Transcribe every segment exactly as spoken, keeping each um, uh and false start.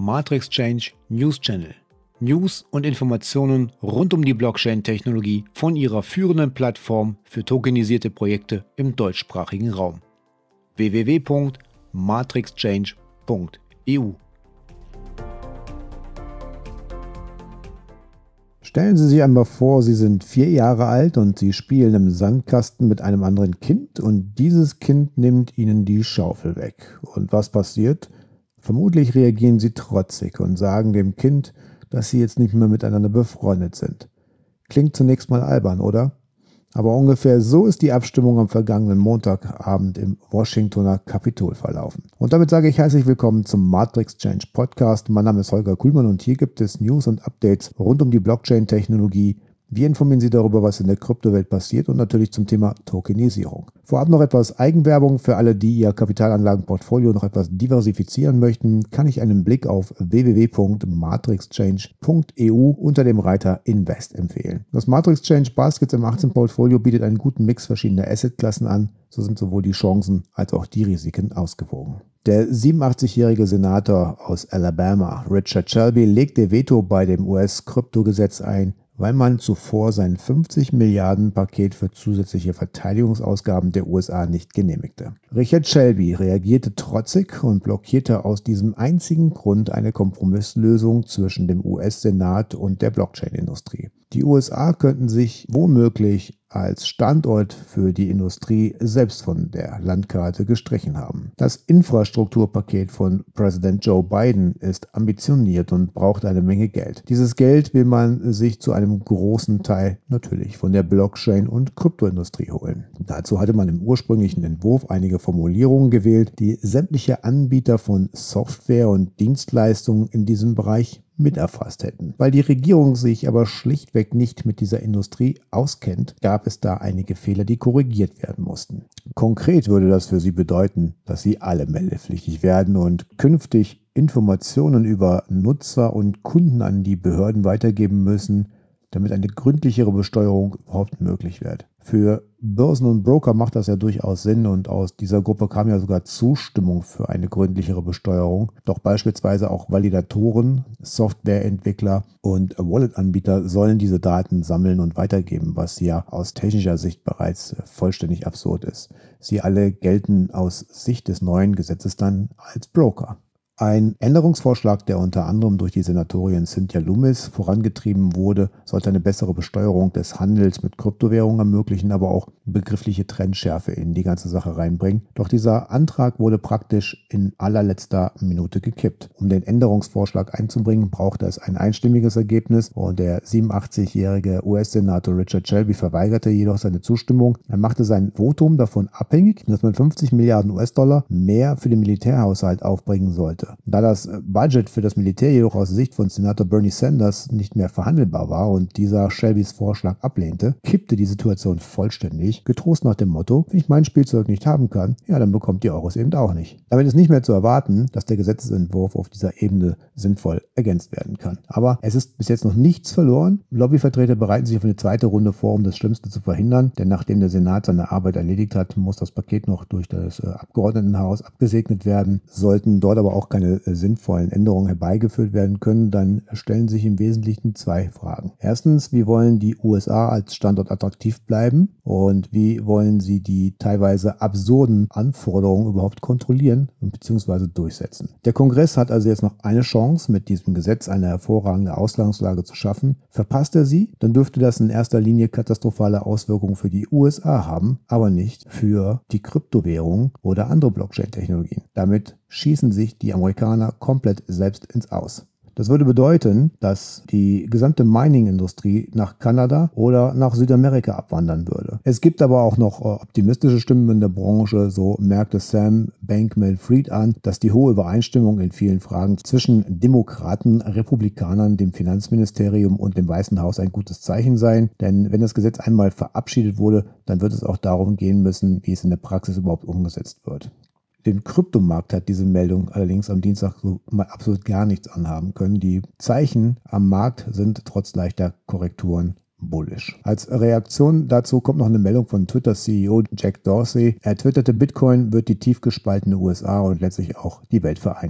Matrix Change News Channel. News und Informationen rund um die Blockchain-Technologie von ihrer führenden Plattform für tokenisierte Projekte im deutschsprachigen Raum. w w w punkt matrix change punkt e u. Stellen Sie sich einmal vor, Sie sind vier Jahre alt und Sie spielen im Sandkasten mit einem anderen Kind und dieses Kind nimmt Ihnen die Schaufel weg. Und was passiert? Vermutlich reagieren Sie trotzig und sagen dem Kind, dass Sie jetzt nicht mehr miteinander befreundet sind. Klingt zunächst mal albern, oder? Aber ungefähr so ist die Abstimmung am vergangenen Montagabend im Washingtoner Kapitol verlaufen. Und damit sage ich herzlich willkommen zum Matrix Change Podcast. Mein Name ist Holger Kuhlmann und hier gibt es News und Updates rund um die Blockchain-Technologie. Wir informieren Sie darüber, was in der Kryptowelt passiert und natürlich zum Thema Tokenisierung. Vorab noch etwas Eigenwerbung für alle, die ihr Kapitalanlagenportfolio noch etwas diversifizieren möchten, kann ich einen Blick auf w w w punkt matrix change punkt e u unter dem Reiter Invest empfehlen. Das Matrix Change Baskets im achtzehn Portfolio bietet einen guten Mix verschiedener Assetklassen an, so sind sowohl die Chancen als auch die Risiken ausgewogen. Der siebenundachtzig-jährige Senator aus Alabama, Richard Shelby, legte Veto bei dem U S-Kryptogesetz ein, weil man zuvor sein fünfzig Milliarden Paket für zusätzliche Verteidigungsausgaben der U S A nicht genehmigte. Richard Shelby reagierte trotzig und blockierte aus diesem einzigen Grund eine Kompromisslösung zwischen dem U S-Senat und der Blockchain-Industrie. Die U S A könnten sich womöglich als Standort für die Industrie selbst von der Landkarte gestrichen haben. Das Infrastrukturpaket von Präsident Joe Biden ist ambitioniert und braucht eine Menge Geld. Dieses Geld will man sich zu einem großen Teil natürlich von der Blockchain- und Kryptoindustrie holen. Dazu hatte man im ursprünglichen Entwurf einige Formulierungen gewählt, die sämtliche Anbieter von Software und Dienstleistungen in diesem Bereich mit erfasst hätten. Weil die Regierung sich aber schlichtweg nicht mit dieser Industrie auskennt, gab es da einige Fehler, die korrigiert werden mussten. Konkret würde das für sie bedeuten, dass sie alle meldepflichtig werden und künftig Informationen über Nutzer und Kunden an die Behörden weitergeben müssen, damit eine gründlichere Besteuerung überhaupt möglich wird. Für Börsen und Broker macht das ja durchaus Sinn und aus dieser Gruppe kam ja sogar Zustimmung für eine gründlichere Besteuerung. Doch beispielsweise auch Validatoren, Softwareentwickler und Wallet-Anbieter sollen diese Daten sammeln und weitergeben, was ja aus technischer Sicht bereits vollständig absurd ist. Sie alle gelten aus Sicht des neuen Gesetzes dann als Broker. Ein Änderungsvorschlag, der unter anderem durch die Senatorin Cynthia Lummis vorangetrieben wurde, sollte eine bessere Besteuerung des Handels mit Kryptowährungen ermöglichen, aber auch begriffliche Trennschärfe in die ganze Sache reinbringen. Doch dieser Antrag wurde praktisch in allerletzter Minute gekippt. Um den Änderungsvorschlag einzubringen, brauchte es ein einstimmiges Ergebnis und der siebenundachtzig-jährige U S-Senator Richard Shelby verweigerte jedoch seine Zustimmung. Er machte sein Votum davon abhängig, dass man fünfzig Milliarden U S-Dollar mehr für den Militärhaushalt aufbringen sollte. Da das Budget für das Militär jedoch aus Sicht von Senator Bernie Sanders nicht mehr verhandelbar war und dieser Shelbys Vorschlag ablehnte, kippte die Situation vollständig, getrost nach dem Motto, wenn ich mein Spielzeug nicht haben kann, ja, dann bekommt ihr eures eben auch nicht. Damit ist nicht mehr zu erwarten, dass der Gesetzesentwurf auf dieser Ebene sinnvoll ergänzt werden kann. Aber es ist bis jetzt noch nichts verloren. Lobbyvertreter bereiten sich auf eine zweite Runde vor, um das Schlimmste zu verhindern, denn nachdem der Senat seine Arbeit erledigt hat, muss das Paket noch durch das Abgeordnetenhaus abgesegnet werden. Sollten dort aber auch keine sinnvollen Änderungen herbeigeführt werden können, dann stellen sich im Wesentlichen zwei Fragen. Erstens, wie wollen die U S A als Standort attraktiv bleiben und wie wollen sie die teilweise absurden Anforderungen überhaupt kontrollieren bzw. durchsetzen? Der Kongress hat also jetzt noch eine Chance, mit diesem Gesetz eine hervorragende Ausgangslage zu schaffen. Verpasst er sie, dann dürfte das in erster Linie katastrophale Auswirkungen für die U S A haben, aber nicht für die Kryptowährungen oder andere Blockchain-Technologien. Damit schießen sich die Amerikaner komplett selbst ins Aus. Das würde bedeuten, dass die gesamte Mining-Industrie nach Kanada oder nach Südamerika abwandern würde. Es gibt aber auch noch optimistische Stimmen in der Branche, so merkte Sam Bankman-Fried an, dass die hohe Übereinstimmung in vielen Fragen zwischen Demokraten, Republikanern, dem Finanzministerium und dem Weißen Haus ein gutes Zeichen sei. Denn wenn das Gesetz einmal verabschiedet wurde, dann wird es auch darum gehen müssen, wie es in der Praxis überhaupt umgesetzt wird. Den Kryptomarkt hat diese Meldung allerdings am Dienstag so mal absolut gar nichts anhaben können. Die Zeichen am Markt sind trotz leichter Korrekturen bullish. Als Reaktion dazu kommt noch eine Meldung von Twitter-C E O Jack Dorsey. Er twitterte, Bitcoin wird die tief gespaltene U S A und letztlich auch die Welt vereinen.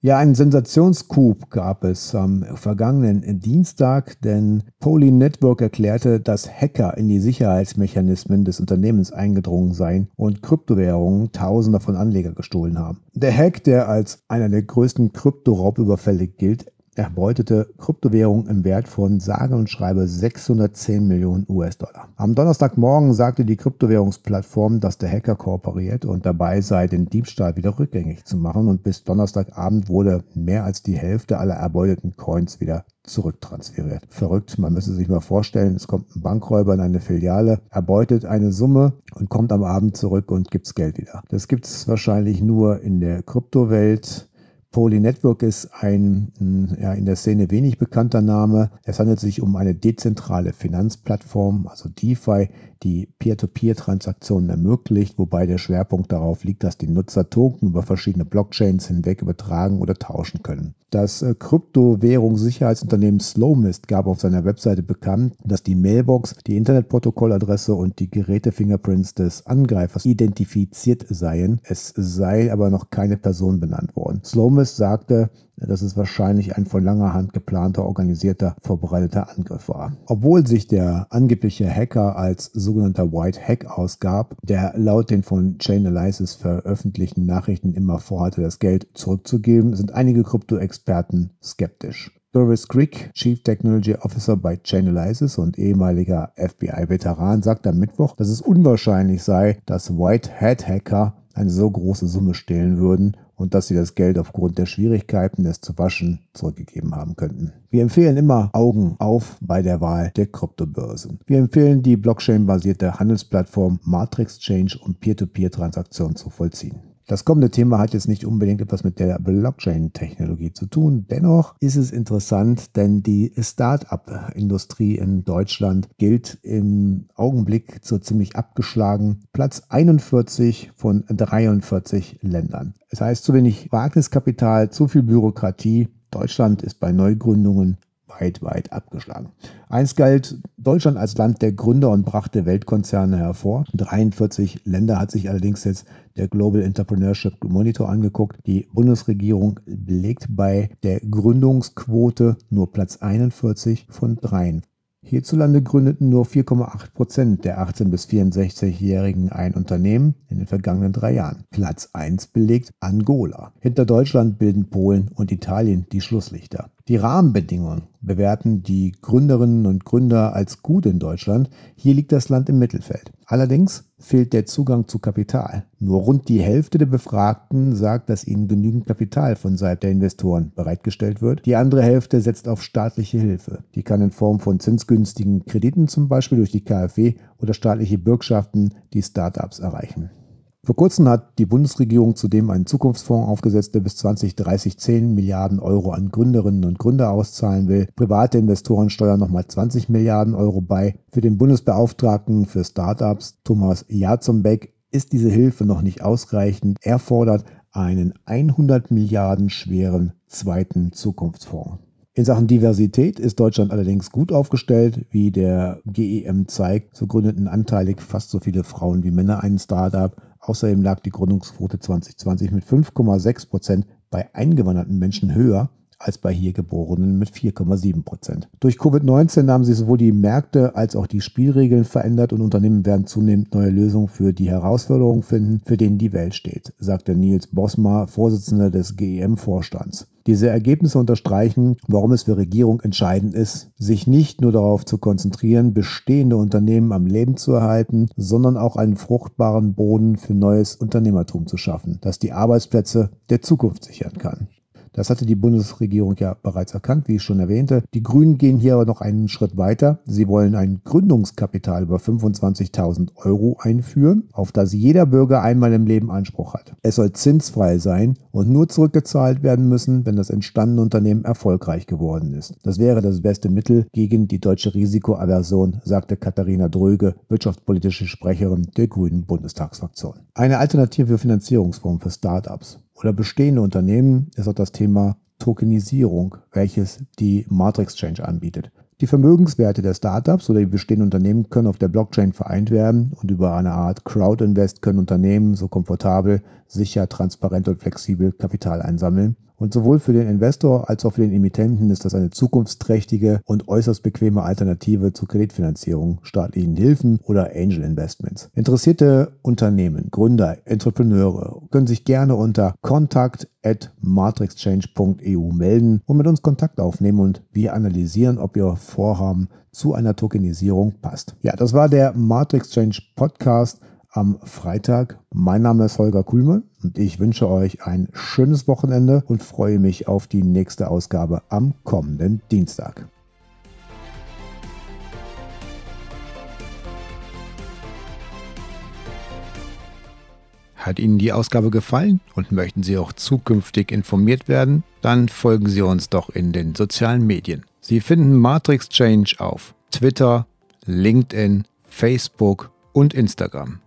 Ja, einen Sensationscoup gab es am vergangenen Dienstag, denn Poly Network erklärte, dass Hacker in die Sicherheitsmechanismen des Unternehmens eingedrungen seien und Kryptowährungen Tausender von Anlegern gestohlen haben. Der Hack, der als einer der größten Kryptoraubüberfälle gilt, erbeutete Kryptowährungen im Wert von sage und schreibe sechshundertzehn Millionen U S-Dollar. Am Donnerstagmorgen sagte die Kryptowährungsplattform, dass der Hacker kooperiert und dabei sei, den Diebstahl wieder rückgängig zu machen, und bis Donnerstagabend wurde mehr als die Hälfte aller erbeuteten Coins wieder zurücktransferiert. Verrückt, man müsste sich mal vorstellen, es kommt ein Bankräuber in eine Filiale, erbeutet eine Summe und kommt am Abend zurück und gibt das Geld wieder. Das gibt es wahrscheinlich nur in der Kryptowelt. Poly Network ist ein ja, in der Szene wenig bekannter Name. Es handelt sich um eine dezentrale Finanzplattform, also DeFi, die Peer-to-Peer-Transaktionen ermöglicht, wobei der Schwerpunkt darauf liegt, dass die Nutzer Token über verschiedene Blockchains hinweg übertragen oder tauschen können. Das äh, Kryptowährungssicherheitsunternehmen Slowmist gab auf seiner Webseite bekannt, dass die Mailbox, die Internetprotokolladresse und die Gerätefingerprints des Angreifers identifiziert seien. Es sei aber noch keine Person benannt worden. Slowmist sagte, dass es wahrscheinlich ein von langer Hand geplanter, organisierter, vorbereiteter Angriff war. Obwohl sich der angebliche Hacker als sogenannter White Hack ausgab, der laut den von Chainalysis veröffentlichten Nachrichten immer vorhatte, das Geld zurückzugeben, sind einige Krypto-Experten skeptisch. Doris Crick, Chief Technology Officer bei Chainalysis und ehemaliger F B I-Veteran, sagte am Mittwoch, dass es unwahrscheinlich sei, dass White Hat Hacker eine so große Summe stehlen würden und dass sie das Geld aufgrund der Schwierigkeiten, es zu waschen, zurückgegeben haben könnten. Wir empfehlen immer Augen auf bei der Wahl der Kryptobörsen. Wir empfehlen die Blockchain-basierte Handelsplattform Matrix Change, um Peer-to-Peer-Transaktionen zu vollziehen. Das kommende Thema hat jetzt nicht unbedingt etwas mit der Blockchain-Technologie zu tun. Dennoch ist es interessant, denn die Start-up-Industrie in Deutschland gilt im Augenblick so ziemlich abgeschlagen. Platz einundvierzig von dreiundvierzig Ländern. Das heißt, zu wenig Wagniskapital, zu viel Bürokratie. Deutschland ist bei Neugründungen weit, weit abgeschlagen. Einst galt Deutschland als Land der Gründer und brachte Weltkonzerne hervor. dreiundvierzig Länder hat sich allerdings jetzt der Global Entrepreneurship Monitor angeguckt. Die Bundesregierung belegt bei der Gründungsquote nur Platz einundvierzig von dreiundvierzig. Hierzulande gründeten nur vier Komma acht Prozent der achtzehn- bis vierundsechzigjährigen ein Unternehmen in den vergangenen drei Jahren. Platz eins belegt Angola. Hinter Deutschland bilden Polen und Italien die Schlusslichter. Die Rahmenbedingungen bewerten die Gründerinnen und Gründer als gut in Deutschland. Hier liegt das Land im Mittelfeld. Allerdings fehlt der Zugang zu Kapital. Nur rund die Hälfte der Befragten sagt, dass ihnen genügend Kapital von Seiten der Investoren bereitgestellt wird. Die andere Hälfte setzt auf staatliche Hilfe. Die kann in Form von zinsgünstigen Krediten, zum Beispiel durch die K f W, oder staatliche Bürgschaften die Startups erreichen. Vor kurzem hat die Bundesregierung zudem einen Zukunftsfonds aufgesetzt, der bis zwanzig dreißig zehn Milliarden Euro an Gründerinnen und Gründer auszahlen will. Private Investoren steuern nochmal zwanzig Milliarden Euro bei. Für den Bundesbeauftragten für Startups, Thomas Jarzombeck, ist diese Hilfe noch nicht ausreichend. Er fordert einen hundert Milliarden schweren zweiten Zukunftsfonds. In Sachen Diversität ist Deutschland allerdings gut aufgestellt. Wie der G E M zeigt, so gründeten anteilig fast so viele Frauen wie Männer einen Startup. Außerdem lag die Gründungsquote zwanzig zwanzig mit fünf Komma sechs Prozent bei eingewanderten Menschen höher als bei hier Geborenen mit vier Komma sieben Prozent. Durch Covid neunzehn haben sich sowohl die Märkte als auch die Spielregeln verändert und Unternehmen werden zunehmend neue Lösungen für die Herausforderungen finden, für denen die Welt steht, sagte Nils Bosma, Vorsitzender des G E M-Vorstands. Diese Ergebnisse unterstreichen, warum es für Regierung entscheidend ist, sich nicht nur darauf zu konzentrieren, bestehende Unternehmen am Leben zu erhalten, sondern auch einen fruchtbaren Boden für neues Unternehmertum zu schaffen, das die Arbeitsplätze der Zukunft sichern kann. Das hatte die Bundesregierung ja bereits erkannt, wie ich schon erwähnte. Die Grünen gehen hier aber noch einen Schritt weiter. Sie wollen ein Gründungskapital über fünfundzwanzigtausend Euro einführen, auf das jeder Bürger einmal im Leben Anspruch hat. Es soll zinsfrei sein und nur zurückgezahlt werden müssen, wenn das entstandene Unternehmen erfolgreich geworden ist. Das wäre das beste Mittel gegen die deutsche Risikoaversion, sagte Katharina Dröge, wirtschaftspolitische Sprecherin der Grünen Bundestagsfraktion. Eine alternative Finanzierungsform für Startups oder bestehende Unternehmen ist auch das Thema Tokenisierung, welches die Matrix Change anbietet. Die Vermögenswerte der Startups oder die bestehenden Unternehmen können auf der Blockchain vereint werden und über eine Art Crowdinvest können Unternehmen so komfortabel, sicher, transparent und flexibel Kapital einsammeln Und sowohl für den Investor als auch für den Emittenten ist das eine zukunftsträchtige und äußerst bequeme Alternative zur Kreditfinanzierung, staatlichen Hilfen oder Angel Investments. Interessierte Unternehmen, Gründer, Entrepreneure können sich gerne unter kontakt at matrixchange punkt e u melden und mit uns Kontakt aufnehmen und wir analysieren, ob ihr Vorhaben zu einer Tokenisierung passt. Ja, das war der Matrix Change Podcast am Freitag. Mein Name ist Holger Kuhlmann und ich wünsche euch ein schönes Wochenende und freue mich auf die nächste Ausgabe am kommenden Dienstag. Hat Ihnen die Ausgabe gefallen und möchten Sie auch zukünftig informiert werden? Dann folgen Sie uns doch in den sozialen Medien. Sie finden Matrix Change auf Twitter, LinkedIn, Facebook und Instagram.